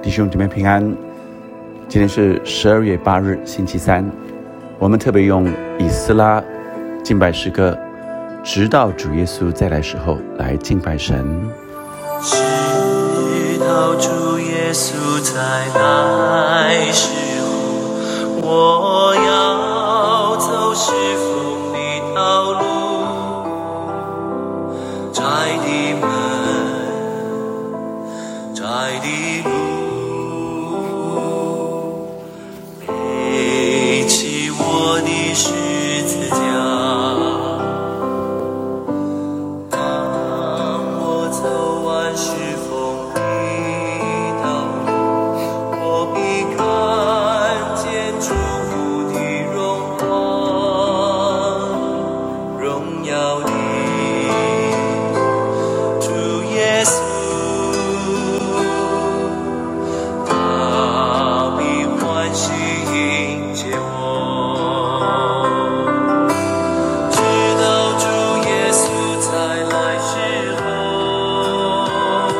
弟兄姊妹平安，今天是12月8日星期三，我们特别用以斯拉敬拜诗歌直到主耶稣再来时候来敬拜神。 直到主耶稣再来时候，我要走侍奉的道路，窄的门，窄的路，背起我的十字架。当我走完侍奉的道路，我必看见祝福的荣光，荣耀的主耶稣，他必欢喜迎接我。直到主耶稣再来时候，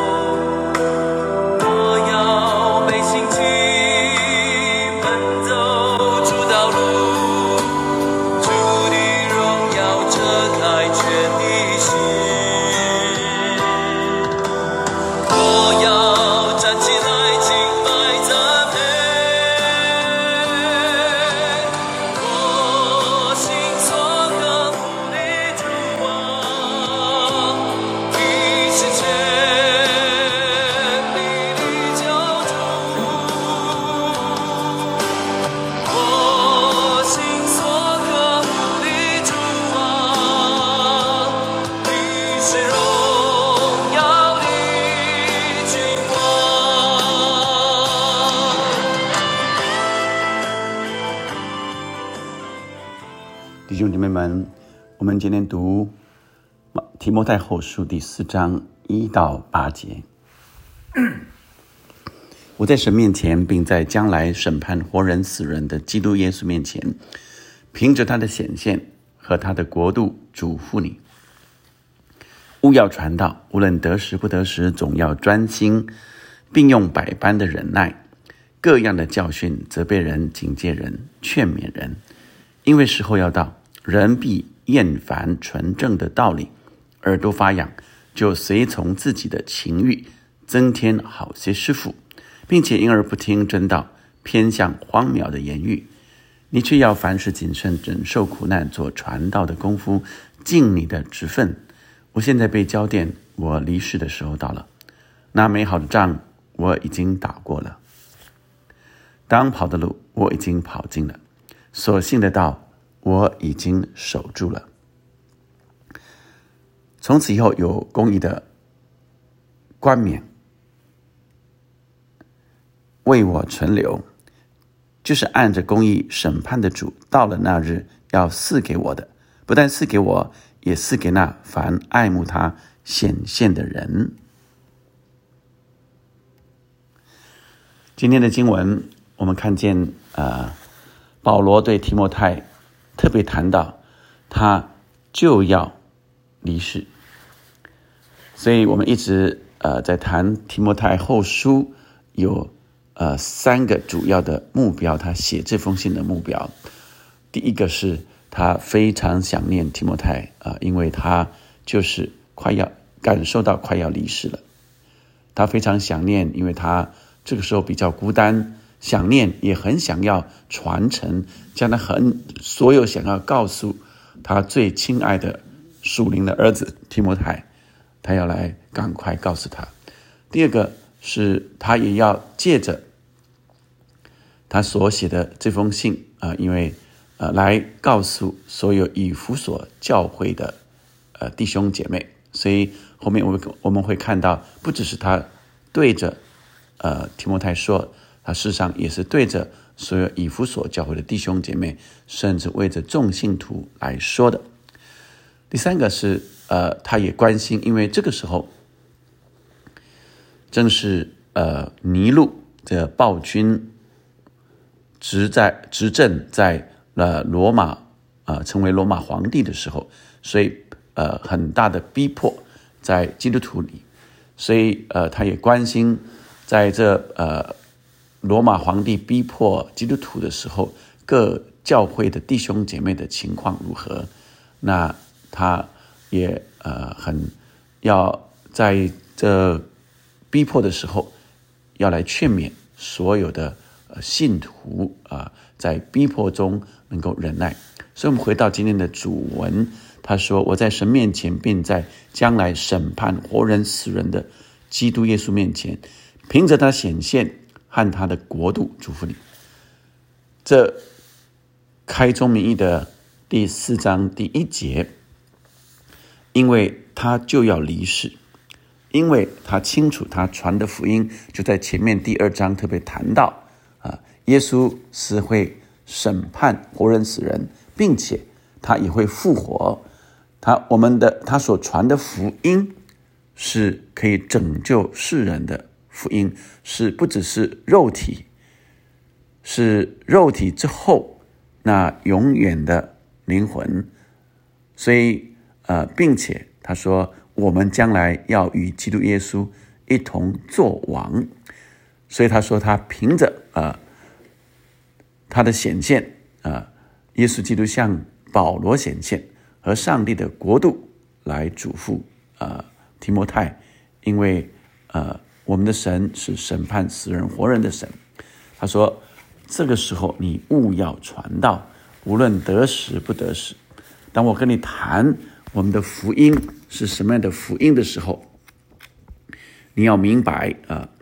我要每星期奔走主道路，主的荣耀遮盖全地心。我要站起来敬拜赞美，我心所渴慕的主啊，你是全地的救主。我心所渴慕的主啊，你是荣耀的君王。 弟兄姊妹们，我们今天读提摩太后书第4章1到8节。我在神面前，并在将来审判活人死人的基督耶稣面前，凭着他的显现和他的国度嘱咐你，务要传道，无论得时不得时，总要专心，并用百般的忍耐，各样的教训，责备人，警戒人，劝勉人。因为时候要到，人必厌烦纯正的道理，耳朵发痒，就随从自己的情欲，增添好些师傅，并且因而不听真道，偏向荒谬的言语。你却要凡事谨慎，忍受苦难，做传道的功夫，尽你的职分。我现在被交奠，我离世的时候到了。那美好的仗我已经打过了，当跑的路我已经跑尽了，所信的道我已经守住了。从此以后有公义的冠冕为我存留，就是按着公义审判的主，到了那日要赐给我的，不但赐给我，也赐给那凡爱慕他显现的人。今天的经文我们看见保罗对提摩太特别谈到他就要离世，所以我们一直在谈提摩太后书有3个主要的目标，他写这封信的目标。第一个是他非常想念提摩太因为他就是感受到快要离世了，他非常想念，因为他这个时候比较孤单，想念也很想要传承，将他所有想要告诉他最亲爱的属灵的儿子提摩太，他要来赶快告诉他。第二个是他也要借着他所写的这封信因为来告诉所有以弗所教会的弟兄姐妹，所以后面我们会看到，不只是他对着提摩太说，他事实上也是对着所有以弗所教会的弟兄姐妹，甚至为着众信徒来说的。第三个是他也关心，因为这个时候正是尼禄的暴君执政在罗马成为罗马皇帝的时候，所以很大的逼迫在基督徒里，所以他也关心在这罗马皇帝逼迫基督徒的时候，各教会的弟兄姐妹的情况如何？那他也很要在这逼迫的时候，要来劝勉所有的信徒在逼迫中能够忍耐。所以我们回到今天的主文，他说：我在神面前，并在将来审判活人死人的基督耶稣面前，凭着他显现和他的国度祝福你。这开宗明义的第4章第1节，因为他就要离世，因为他清楚他传的福音就在前面第2章特别谈到耶稣是会审判活人死人，并且他也会复活。他所传的福音是可以拯救世人的福音，是不只是肉体，是肉体之后那永远的灵魂。所以并且他说我们将来要与基督耶稣一同作王。所以他说他凭着他的显现耶稣基督向保罗显现，和上帝的国度来嘱咐提摩太，因为我们的神是审判死人活人的神。他说这个时候你务要传道，无论得时不得时。当我跟你谈我们的福音是什么样的福音的时候，你要明白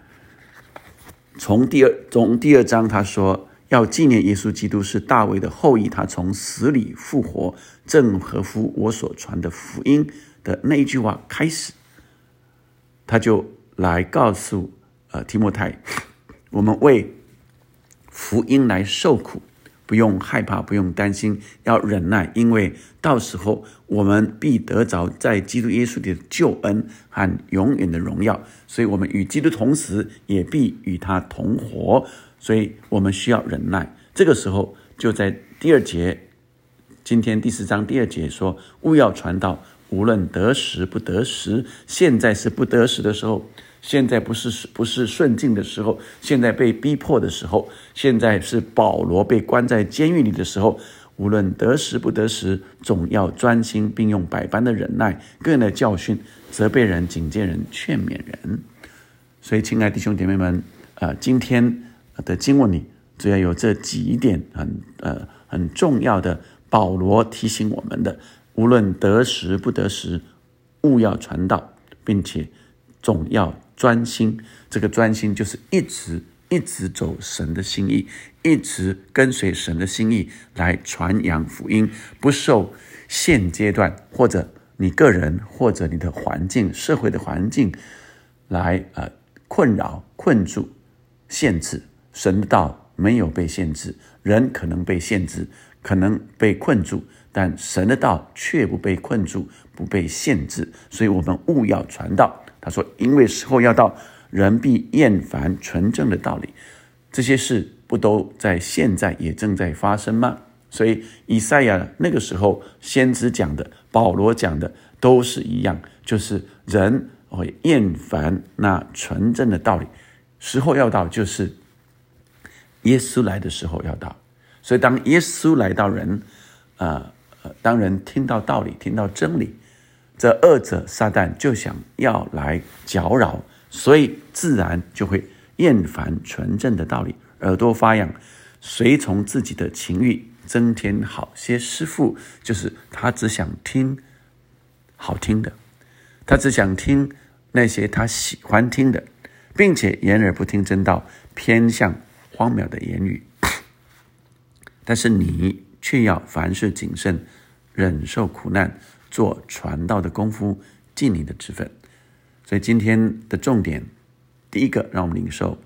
从第二章他说要纪念耶稣基督是大卫的后裔，他从死里复活，正合乎我所传的福音的那一句话开始，他就来告诉提摩太，我们为福音来受苦，不用害怕，不用担心，要忍耐，因为到时候我们必得着在基督耶稣里的救恩和永远的荣耀。所以我们与基督同死，也必与他同活，所以我们需要忍耐。这个时候就在第2节，今天第4章第2节说，务要传道，无论得时不得时。现在是不得时的时候，现在不是顺境的时候，现在被逼迫的时候，现在是保罗被关在监狱里的时候。无论得时不得时，总要专心，并用百般的忍耐，各样的教训，责备人，警戒人，劝勉人。所以亲爱的弟兄姐妹们，今天的经文里主要有这几点很重要的，保罗提醒我们的，无论得时不得时，务要传道，并且总要专心。这个专心就是一直走神的心意，一直跟随神的心意来传扬福音，不受现阶段或者你个人或者你的环境社会的环境来困扰困住限制。神的道没有被限制，人可能被限制，可能被困住，但神的道却不被困住，不被限制。所以我们务要传道。他说因为时候要到，人必厌烦纯正的道理。这些事不都在现在也正在发生吗？所以以赛亚那个时候先知讲的，保罗讲的都是一样，就是人会厌烦那纯正的道理。时候要到，就是耶稣来的时候要到。所以当耶稣来到人当人听到道理，听到真理，这恶者撒旦就想要来搅扰，所以自然就会厌烦纯正的道理，耳朵发痒，随从自己的情欲，增添好些师傅，就是他只想听好听的，他只想听那些他喜欢听的，并且掩耳不听真道，偏向荒谬的言语。但是你却要凡事谨慎，忍受苦难，做传道的功夫，尽你的职分。所以今天的重点，第一个，让我们领受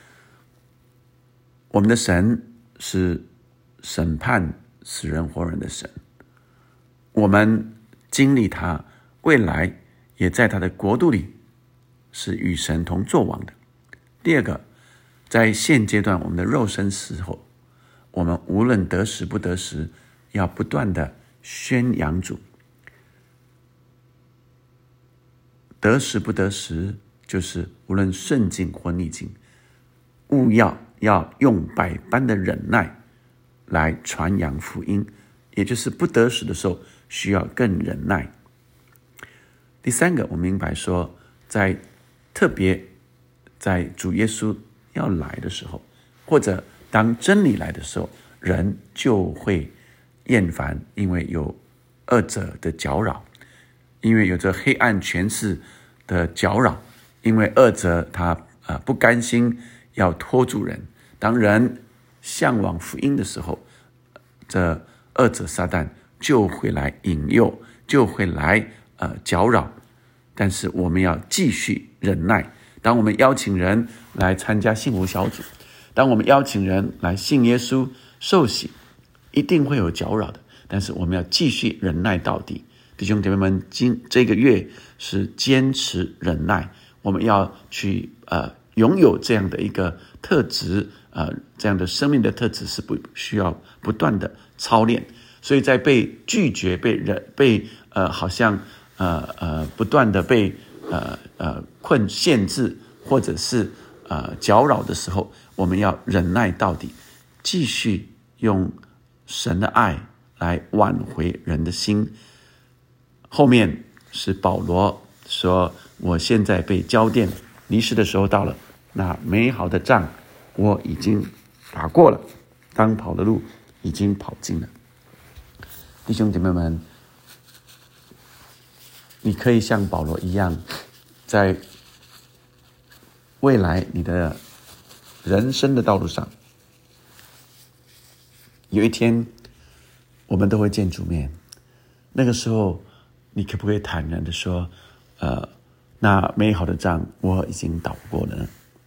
我们的神是审判死人活人的神，我们经历他，未来也在他的国度里是与神同作王的。第二个，在现阶段我们的肉身死后，我们无论得时不得时，要不断的宣扬主。得时不得时， 就是无论顺境或逆境，务要用百般的忍耐来传扬福音，也就是不得时的时候需要更忍耐。第三个，我明白说，特别在主耶稣要来的时候，或者当真理来的时候，人就会厌烦，因为有恶者的搅扰，因为有着黑暗权势的搅扰，因为恶者他不甘心要拖住人。当人向往福音的时候，这恶者撒旦就会来引诱，就会来搅扰。但是我们要继续忍耐。当我们邀请人来参加幸福小组，当我们邀请人来信耶稣受洗，一定会有搅扰的，但是我们要继续忍耐到底。弟兄姐妹们，这个月是坚持忍耐，我们要去拥有这样的一个特质，这样的生命的特质是需要不断的操练。所以在被拒绝、被好像不断的被限制或者是搅扰的时候，我们要忍耐到底，继续用神的爱来挽回人的心。后面是保罗说，我现在被交奠，离世的时候到了，那美好的仗我已经打过了，当跑的路已经跑尽了。弟兄姐妹们，你可以像保罗一样，在未来你的人生的道路上，有一天我们都会见主面，那个时候你可不可以坦然的说，那美好的仗我已经打过了呢？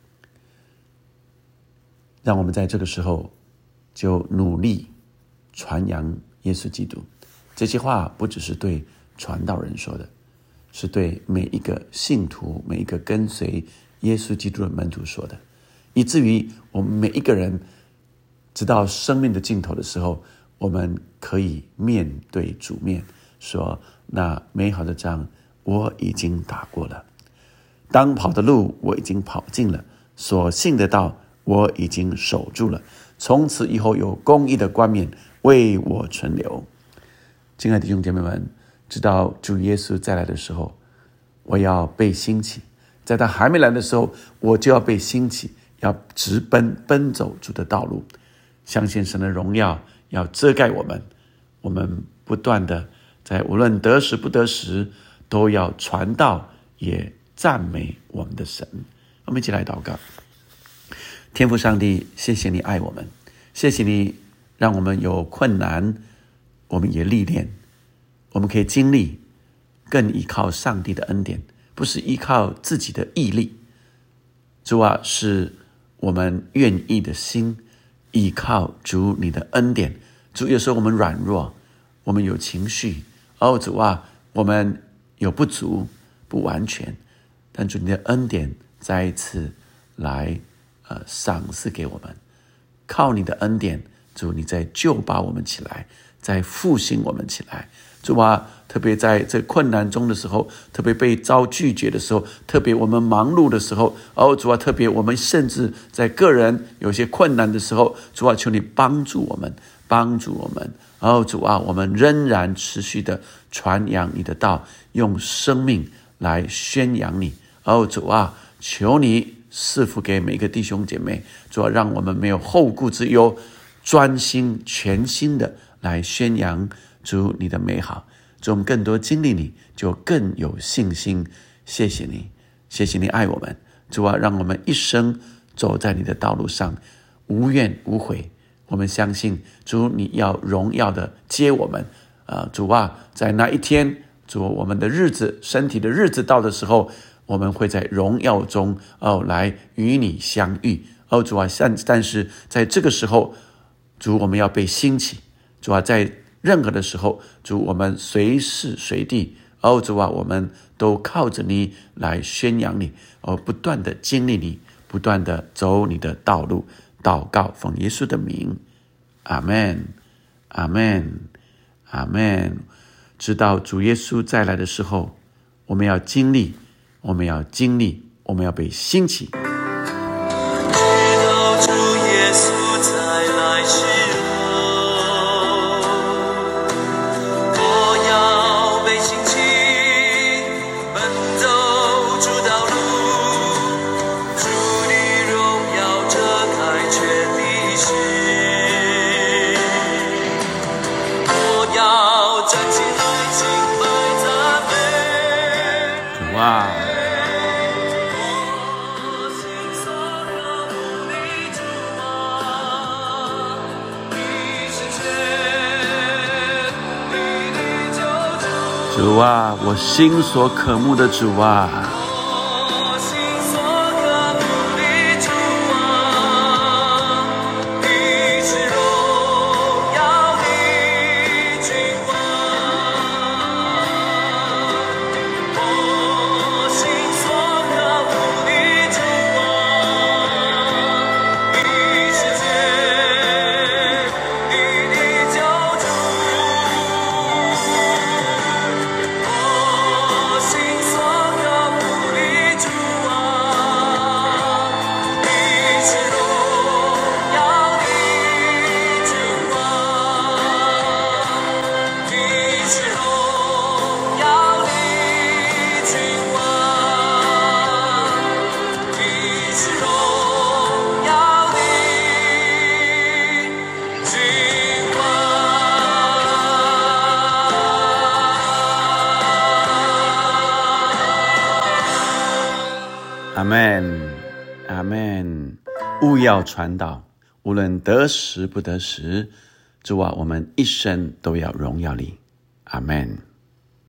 让我们在这个时候就努力传扬耶稣基督。这些话不只是对传道人说的，是对每一个信徒、每一个跟随耶稣基督的门徒说的，以至于我们每一个人直到生命的尽头的时候，我们可以面对主面说，那美好的仗我已经打过了，当跑的路我已经跑尽了，所信的道我已经守住了，从此以后有公义的冠冕为我存留。亲爱的弟兄姐妹们，直到主耶稣再来的时候，我要被兴起，在他还没来的时候，我就要被兴起，要直奔走主的道路，相信神的荣耀要遮盖我们，我们不断的在无论得时不得时都要传道，也赞美我们的神。我们一起来祷告。天父上帝，谢谢你爱我们，谢谢你让我们有困难我们也历练，我们可以经历，更依靠上帝的恩典，不是依靠自己的毅力。主啊，是我们愿意的心，依靠主你的恩典。主，有时候我们软弱，我们有情绪，主啊，我们有不足不完全，但主你的恩典再一次来赏赐给我们，靠你的恩典，主你再救拔我们起来，再复兴我们起来。主啊，特别在这困难中的时候，特别被遭拒绝的时候，特别我们忙碌的时候，主啊，特别我们甚至在个人有些困难的时候，主啊，求你帮助我们，主啊，我们仍然持续的传扬你的道，用生命来宣扬你。主啊，求你赐福给每个弟兄姐妹，主啊，让我们没有后顾之忧，专心全心的来宣扬主你的美好。主，我们更多经历你，就更有信心。谢谢你，谢谢你爱我们。主啊，让我们一生走在你的道路上，无怨无悔。我们相信主你要荣耀的接我们。主啊，在那一天，主，我们的日子，身体的日子到的时候，我们会在荣耀中来与你相遇。主啊，但是在这个时候，主，我们要被兴起。主啊，在任何的时候，主，我们随时随地，主啊，我们都靠着你来宣扬你，不断的经历你，不断的走你的道路。祷告奉耶稣的名，阿们，阿们，阿们。直到主耶稣再来的时候，我们要经历我们要被兴起。 直到主耶稣再来时候，我要被兴起，奔走主道路，主的荣耀遮盖全历史。我要站起来敬拜赞美。 主啊，主啊，我心所渴慕的主啊， 我心所渴慕的主啊，你是荣耀的君王。我心所渴慕的主啊，你是天地的救主。我心所渴慕的主啊，你是荣耀的君王，你是荣耀的君王，你是荣耀的君王。 阿们，阿们。务要传道，无论得时不得时，主啊，我们一生都要荣耀你。阿们。